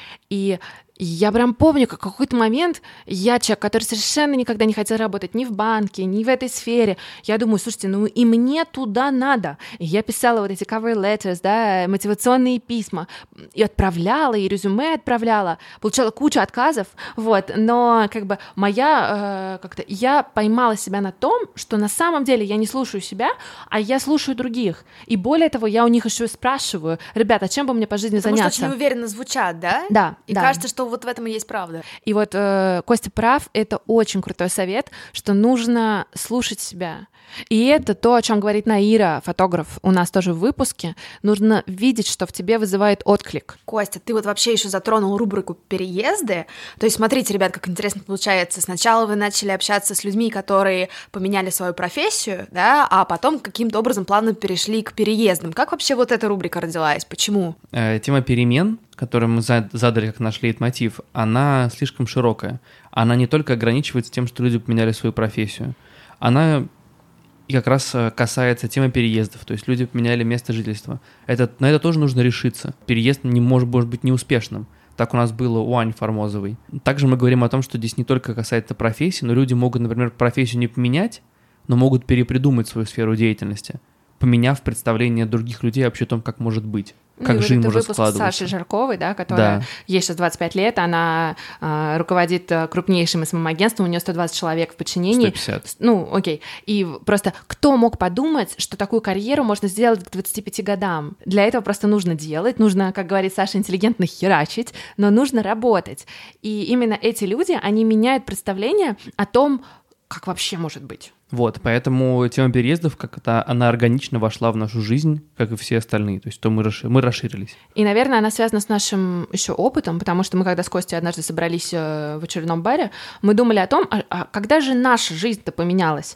И я прям помню, как в какой-то момент я человек, который совершенно никогда не хотел работать ни в банке, ни в этой сфере. Я думаю, слушайте, ну и мне туда надо. И я писала вот эти cover letters, да, мотивационные письма, и отправляла, и резюме отправляла, получала кучу отказов, вот. Но как бы моя, э, как-то я поймала себя на том, что на самом деле я не слушаю себя, а я слушаю других. И более того, я у них еще спрашиваю: ребята, чем бы мне по жизни Потому заняться? Потому что очень уверенно звучат, да? Да. И да. кажется, что вот в этом и есть правда. И вот э, Костя прав, это очень крутой совет, что нужно слушать себя. И это то, о чем говорит Наира, фотограф, у нас тоже в выпуске. Нужно видеть, что в тебе вызывает отклик. Костя, ты вот вообще еще затронул рубрику «Переезды». То есть, смотрите, ребят, как интересно получается. Сначала вы начали общаться с людьми, которые поменяли свою профессию, да, а потом каким-то образом плавно перешли к переездам. Как вообще вот эта рубрика родилась? Почему? Э, тема перемен, которую мы задали как наш лейтмотив, она слишком широкая. Она не только ограничивается тем, что люди поменяли свою профессию. Она и как раз касается темы переездов, то есть люди поменяли место жительства. Это, на это тоже нужно решиться. Переезд не может, может быть неуспешным. Так у нас было у Ани Формозовой. Также мы говорим о том, что здесь не только касается профессии, но люди могут, например, профессию не поменять, но могут перепридумать свою сферу деятельности, поменяв представление других людей вообще о том, как может быть. Как ну, жизнь может выпуск складываться. Саши Жарковой, да, которая да. ей сейчас двадцать пять лет, она э, руководит крупнейшим эс эм эм-агентством, у нее сто двадцать человек в подчинении. сто пятьдесят. Ну, окей. И просто кто мог подумать, что такую карьеру можно сделать к двадцати пяти годам? Для этого просто нужно делать, нужно, как говорит Саша, интеллигентно херачить, но нужно работать. И именно эти люди, они меняют представление о том, как вообще может быть. Вот, поэтому тема переездов, как-то она органично вошла в нашу жизнь, как и все остальные, то есть то мы, расшир... мы расширились. И, наверное, она связана с нашим еще опытом, потому что мы, когда с Костей однажды собрались в очередном баре, мы думали о том, а, а когда же наша жизнь-то поменялась.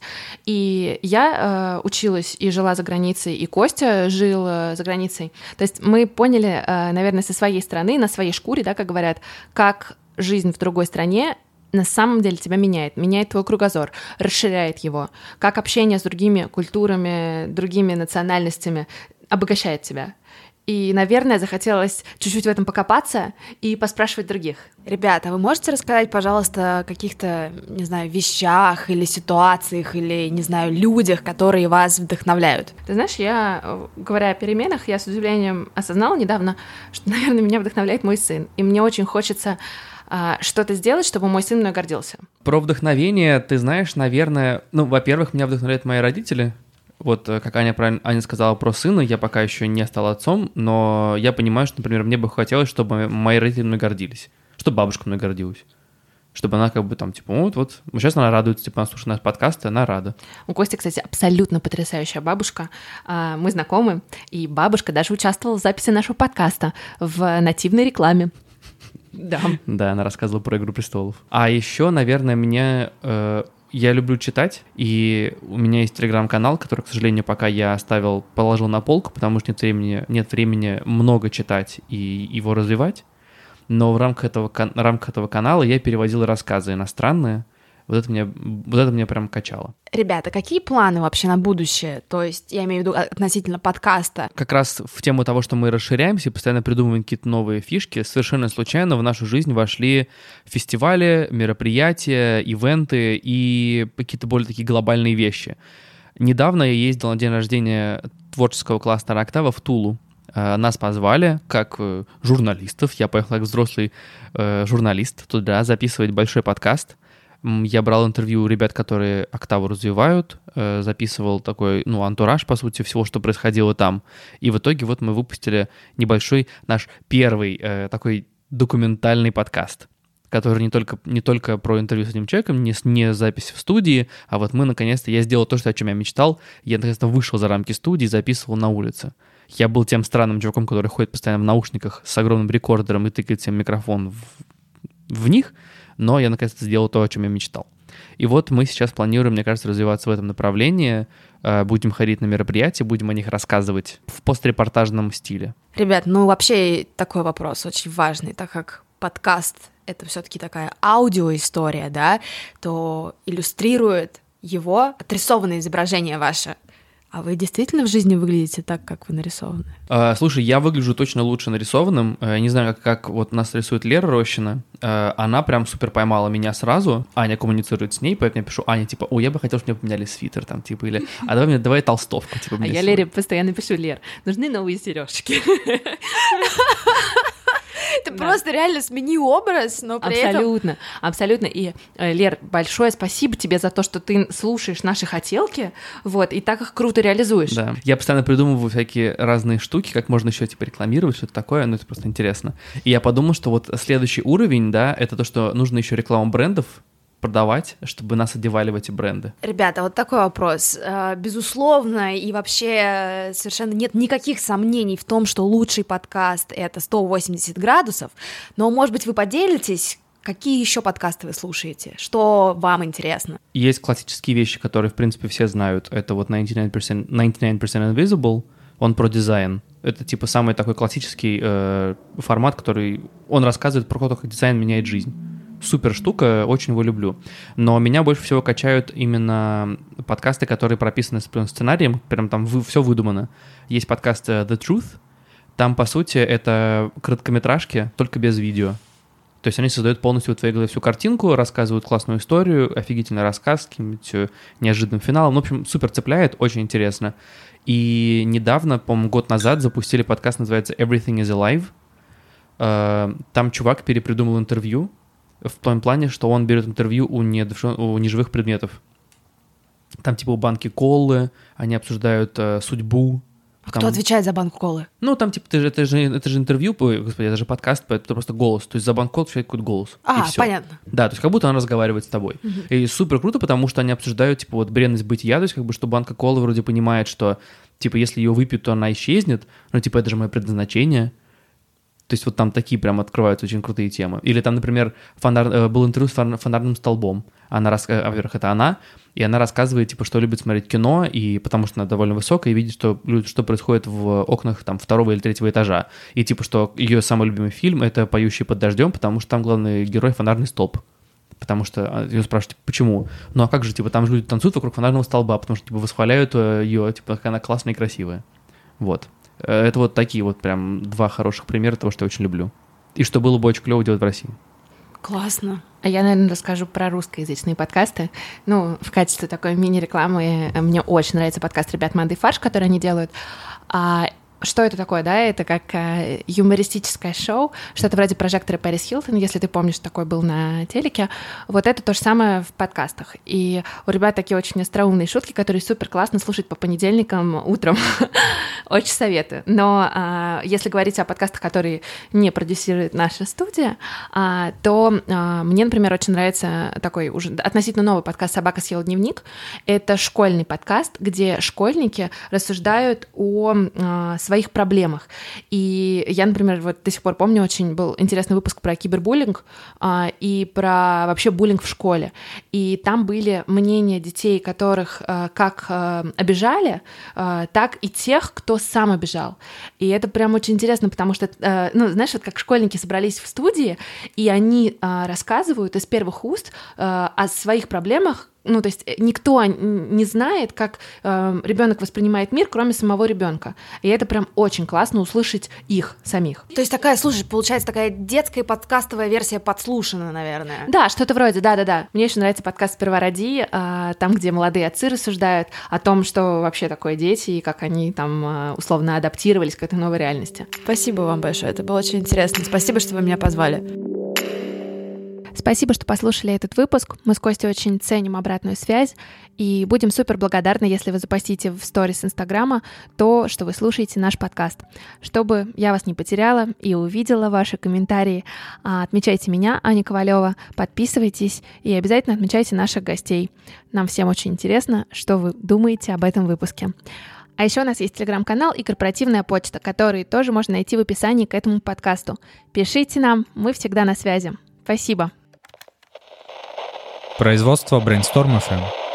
И я э, училась и жила за границей, и Костя жил э, за границей. То есть мы поняли, э, наверное, со своей стороны, на своей шкуре, да, как говорят, как жизнь в другой стране на самом деле тебя меняет, меняет твой кругозор, расширяет его, как общение с другими культурами, другими национальностями обогащает тебя. И, наверное, захотелось чуть-чуть в этом покопаться и поспрашивать других. Ребята, вы можете рассказать, пожалуйста, о каких-то, не знаю, вещах или ситуациях, или, не знаю, людях, которые вас вдохновляют? Ты знаешь, я, говоря о переменах, я с удивлением осознала недавно, что, наверное, меня вдохновляет мой сын. И мне очень хочется что-то сделать, чтобы мой сын мной гордился. Про вдохновение, ты знаешь, наверное, ну, во-первых, меня вдохновляют мои родители. Вот, как Аня правильно Аня сказала про сына, я пока еще не стал отцом, но я понимаю, что, например, мне бы хотелось, чтобы мои родители мной гордились, чтобы бабушка мной гордилась, чтобы она как бы там, типа, вот, вот, сейчас она радуется, типа, она слушает наш подкаст, и она рада. У Кости, кстати, абсолютно потрясающая бабушка. Мы знакомы, и бабушка даже участвовала в записи нашего подкаста в нативной рекламе. Да. Да, она рассказывала про «Игру престолов». А еще, наверное, меня... Э, я люблю читать, и у меня есть телеграм-канал, который, к сожалению, пока я оставил, положил на полку, потому что нет времени, нет времени много читать и его развивать. Но в рамках этого, в рамках этого канала я переводил рассказы иностранные. Вот это, меня, вот это меня прям качало. Ребята, какие планы вообще на будущее? То есть, я имею в виду относительно подкаста. Как раз в тему того, что мы расширяемся и постоянно придумываем какие-то новые фишки, совершенно случайно в нашу жизнь вошли фестивали, мероприятия, ивенты и какие-то более такие глобальные вещи. Недавно я ездил на день рождения творческого кластера «Октава» в Тулу. Нас позвали как журналистов. Я поехал как взрослый э, журналист туда записывать большой подкаст. Я брал интервью у ребят, которые «Октаву» развивают, э, записывал такой, ну, антураж, по сути, всего, что происходило там. И в итоге вот мы выпустили небольшой наш первый э, такой документальный подкаст, который не только, не только про интервью с этим человеком, не, не запись в студии, а вот мы, наконец-то, я сделал то, что, о чем я мечтал. Я, наконец-то, вышел за рамки студии и записывал на улице. Я был тем странным чуваком, который ходит постоянно в наушниках с огромным рекордером и тыкает себе микрофон в, в них, но я наконец-то сделал то, о чем я мечтал. И вот мы сейчас планируем, мне кажется, развиваться в этом направлении. Будем ходить на мероприятия, будем о них рассказывать в пострепортажном стиле. Ребят, ну вообще такой вопрос очень важный, так как подкаст — это все-таки такая аудиоистория, да, то иллюстрирует его отрисованное изображение ваше. А вы действительно в жизни выглядите так, как вы нарисованы? А, слушай, я выгляжу точно лучше нарисованным. Я не знаю, как, как вот нас рисует Лера Рощина. А, она прям супер поймала меня сразу. Аня коммуницирует с ней, поэтому я пишу: Аня, типа, о, я бы хотел, чтобы мне поменяли свитер, там, типа, или, а давай мне, давай толстовку, типа. А я Лере постоянно пишу: Лер, нужны новые сережки. Ты да. просто реально смени образ, но при абсолютно, этом... Абсолютно, и, Лер, большое спасибо тебе за то, что ты слушаешь наши хотелки, вот, и так их круто реализуешь. Да, я постоянно придумываю всякие разные штуки, как можно еще, типа, рекламировать, что-то такое, ну, это просто интересно. И я подумал, что вот следующий уровень, да, это то, что нужно еще рекламу брендов продавать, чтобы нас одевали в эти бренды. Ребята, вот такой вопрос. Безусловно, и вообще совершенно нет никаких сомнений в том, что лучший подкаст — это сто восемьдесят градусов, но, может быть, вы поделитесь, какие еще подкасты вы слушаете, что вам интересно? Есть классические вещи, которые, в принципе, все знают. Это вот девяносто девять процентов, девяносто девять процентов Invisible, он про дизайн. Это, типа, самый такой классический э, формат, который... Он рассказывает про то, как дизайн меняет жизнь. Супер штука, очень его люблю. Но меня больше всего качают именно подкасты, которые прописаны с сценарием, прям там вы, все выдумано. Есть подкаст The Truth, там, по сути, это короткометражки, только без видео. То есть они создают полностью в твоей голове всю картинку, рассказывают классную историю, офигительный рассказ с каким-нибудь неожиданным финалом. Ну, в общем, супер цепляет, очень интересно. И недавно, по-моему, год назад запустили подкаст, называется Everything is Alive. Там чувак перепридумал интервью, в том плане, что он берет интервью у, недушев... у неживых предметов. Там типа у банки колы, они обсуждают э, судьбу. А там... кто отвечает за банку колы? Ну, там типа это же, это же, это же интервью, ой, господи, это же подкаст, это просто голос. То есть за банку колы отвечает какой-то голос. А, понятно. Да, то есть как будто он разговаривает с тобой. Uh-huh. И супер круто, потому что они обсуждают типа вот бренность бытия, то есть как бы что банка колы вроде понимает, что типа если ее выпьют, то она исчезнет, но типа это же мое предназначение. То есть вот там такие прям открываются очень крутые темы. Или там, например, фонар... был интервью с фонарным столбом. Она рас... Во-первых, это она, и она рассказывает, типа, что любит смотреть кино, и потому что она довольно высокая, и видит, что, что происходит в окнах там второго или третьего этажа. И типа, что ее самый любимый фильм — это «Поющий под дождем», потому что там главный герой — фонарный столб. Потому что ее спрашивают, типа, почему? Ну а как же, типа, там же люди танцуют вокруг фонарного столба, потому что, типа, восхваляют ее, типа, как она классная и красивая. Вот. Это вот такие вот прям два хороших примера того, что я очень люблю. И что было бы очень клево делать в России. Классно. А я, наверное, расскажу про русскоязычные подкасты. Ну, в качестве такой мини-рекламы мне очень нравится подкаст «Ребят, Манды фарш», который они делают. А что это такое, да? Это как э, юмористическое шоу, что-то вроде «Прожектора» Пэрис Хилтон, если ты помнишь, такой был на телеке. Вот это то же самое в подкастах. И у ребят такие очень остроумные шутки, которые супер классно слушать по понедельникам утром. Очень советую. Но э, если говорить о подкастах, которые не продюсирует наша студия, э, то э, мне, например, очень нравится такой уже относительно новый подкаст «Собака съела дневник». Это школьный подкаст, где школьники рассуждают о э, своих проблемах. И я, например, вот до сих пор помню, очень был интересный выпуск про кибербуллинг а, и про вообще буллинг в школе. И там были мнения детей, которых а, как а, обижали, а, так и тех, кто сам обижал. И это прям очень интересно, потому что, а, ну, знаешь, вот как школьники собрались в студии, и они а, рассказывают из первых уст а, о своих проблемах. Ну, то есть никто не знает, как э, ребенок воспринимает мир, кроме самого ребенка. И это прям очень классно услышать их самих. То есть такая, слушай, получается такая детская подкастовая версия подслушана, наверное. Да, что-то вроде, да-да-да. Мне еще нравится подкаст «Сперва роди», э, там, где молодые отцы рассуждают о том, что вообще такое дети, и как они там э, условно адаптировались к этой новой реальности. Спасибо вам большое, это было очень интересно. Спасибо, что вы меня позвали. Спасибо, что послушали этот выпуск. Мы с Костей очень ценим обратную связь и будем супер благодарны, если вы запостите в сторис Инстаграма то, что вы слушаете наш подкаст. Чтобы я вас не потеряла и увидела ваши комментарии, отмечайте меня, Аня Ковалева, подписывайтесь и обязательно отмечайте наших гостей. Нам всем очень интересно, что вы думаете об этом выпуске. А еще у нас есть телеграм-канал и корпоративная почта, которые тоже можно найти в описании к этому подкасту. Пишите нам, мы всегда на связи. Спасибо. Производство Brainstorm эф эм.